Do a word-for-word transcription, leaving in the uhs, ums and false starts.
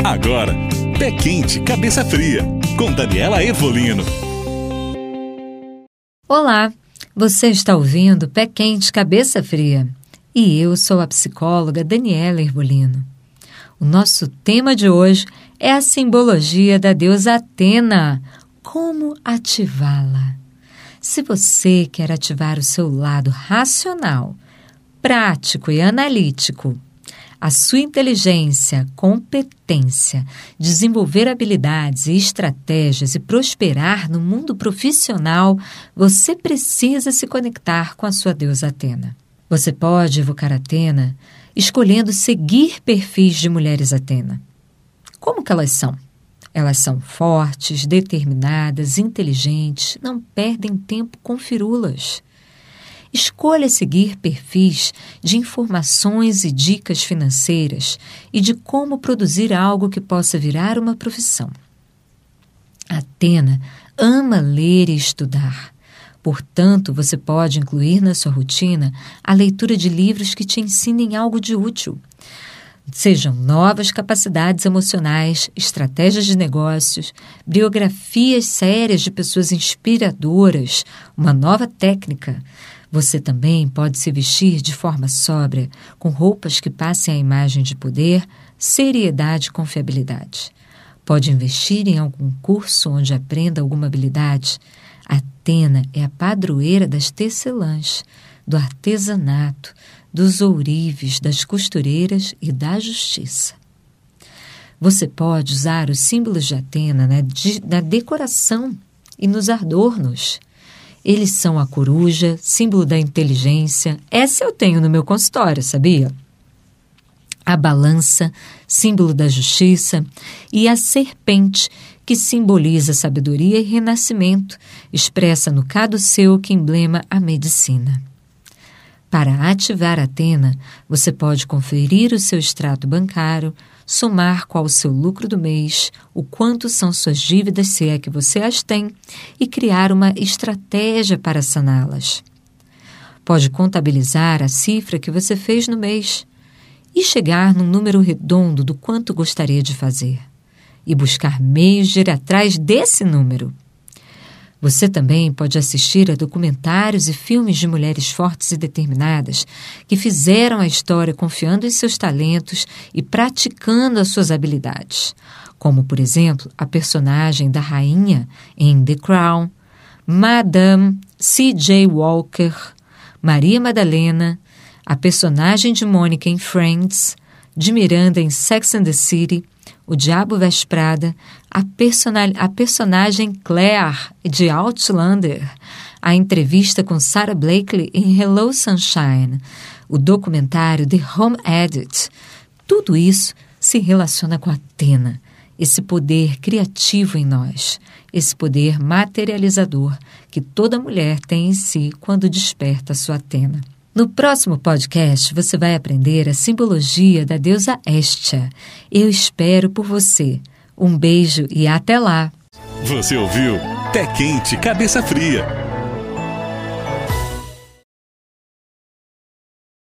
Agora, Pé Quente, Cabeça Fria, com Daniela Ervolino. Olá, você está ouvindo Pé Quente, Cabeça Fria e eu sou a psicóloga Daniela Ervolino. O nosso tema de hoje é a simbologia da deusa Atena. Como ativá-la? Se você quer ativar o seu lado racional, prático e analítico, a sua inteligência, competência, desenvolver habilidades e estratégias e prosperar no mundo profissional, você precisa se conectar com a sua deusa Atena. Você pode evocar Atena escolhendo seguir perfis de mulheres Atena. Como que elas são? Elas são fortes, determinadas, inteligentes, não perdem tempo com firulas. Escolha seguir perfis de informações e dicas financeiras e de como produzir algo que possa virar uma profissão. Atena ama ler e estudar. Portanto, você pode incluir na sua rotina a leitura de livros que te ensinem algo de útil. Sejam novas capacidades emocionais, estratégias de negócios, biografias sérias de pessoas inspiradoras, uma nova técnica. Você também pode se vestir de forma sóbria, com roupas que passem a imagem de poder, seriedade e confiabilidade. Pode investir em algum curso onde aprenda alguma habilidade. Atena é a padroeira das tecelãs, do artesanato, dos ourives, das costureiras e da justiça. Você pode usar os símbolos de Atena na, de, na decoração e nos adornos. Eles são a coruja, símbolo da inteligência. Essa eu tenho no meu consultório, sabia? A balança, símbolo da justiça, e a serpente, que simboliza sabedoria e renascimento, expressa no caduceu que emblema a medicina. Para ativar Atena, você pode conferir o seu extrato bancário, somar qual o seu lucro do mês, o quanto são suas dívidas, se é que você as tem, e criar uma estratégia para saná-las. Pode contabilizar a cifra que você fez no mês e chegar num número redondo do quanto gostaria de fazer, e buscar meios de ir atrás desse número. Você também pode assistir a documentários e filmes de mulheres fortes e determinadas que fizeram a história confiando em seus talentos e praticando as suas habilidades, como, por exemplo, a personagem da rainha em The Crown, Madame C J Walker, Maria Madalena, a personagem de Mônica em Friends, de Miranda em Sex and the City, O Diabo Veste Prada, a, personal, a personagem Claire de Outlander, a entrevista com Sarah Blakely em Hello Sunshine, o documentário The Home Edit. Tudo isso se relaciona com Atena, esse poder criativo em nós, esse poder materializador que toda mulher tem em si quando desperta sua Atena. No próximo podcast, você vai aprender a simbologia da deusa Hestia. Eu espero por você. Um beijo e até lá! Você ouviu Pé Quente, Cabeça Fria,